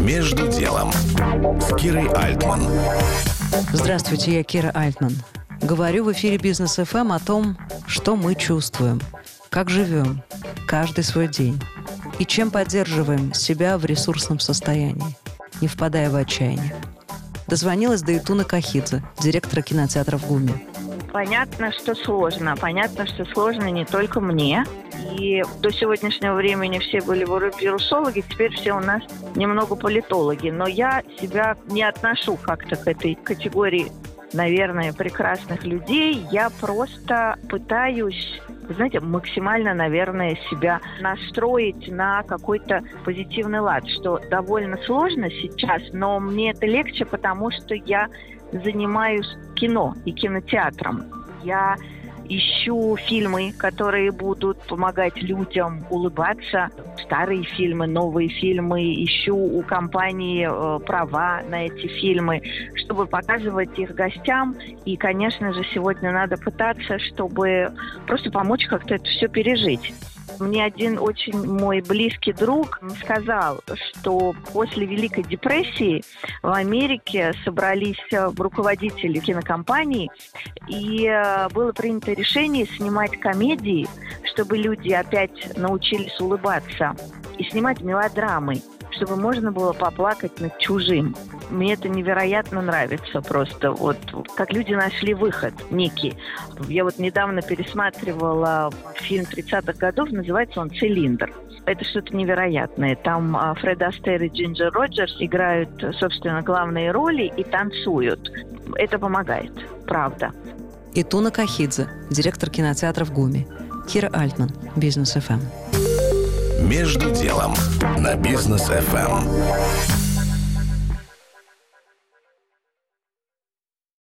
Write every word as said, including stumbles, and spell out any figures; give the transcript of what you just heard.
Между делом с Кирой Альтман. Здравствуйте, я Кира Альтман. Говорю в эфире Бизнес эф эм о том, что мы чувствуем, как живем, каждый свой день и чем поддерживаем себя в ресурсном состоянии, не впадая в отчаяние. Дозвонилась до Итуны Кахидзе, директора кинотеатра в ГУМе. Понятно, что сложно. Понятно, что сложно не только мне. И до сегодняшнего времени все были вирусологи, теперь все у нас немного политологи. Но я себя не отношу как-то к этой категории, наверное, прекрасных людей. Я просто пытаюсь, вы знаете, максимально, наверное, себя настроить на какой-то позитивный лад, что довольно сложно сейчас, но мне это легче, потому что я занимаюсь кино и кинотеатром. Я ищу фильмы, которые будут помогать людям улыбаться. Старые фильмы, новые фильмы. Ищу у компании э, права на эти фильмы, чтобы показывать их гостям. И, конечно же, сегодня надо пытаться, чтобы просто помочь как-то это все пережить. Мне один очень мой близкий друг сказал, что после Великой депрессии в Америке собрались руководители кинокомпаний, и было принято решение снимать комедии, чтобы люди опять научились улыбаться, и снимать мелодрамы, чтобы можно было поплакать над чужим. Мне это невероятно нравится просто. Вот как люди нашли выход некий. Я вот недавно пересматривала фильм тридцатых годов, называется он «Цилиндр». Это что-то невероятное. Там Фред Астейр и Джинджер Роджерс играют, собственно, главные роли и танцуют. Это помогает, правда. Итуна Кахидзе, директор кинотеатра в ГУМе. Кира Альтман, Бизнес эф эм. Между делом на Бизнес эф эм.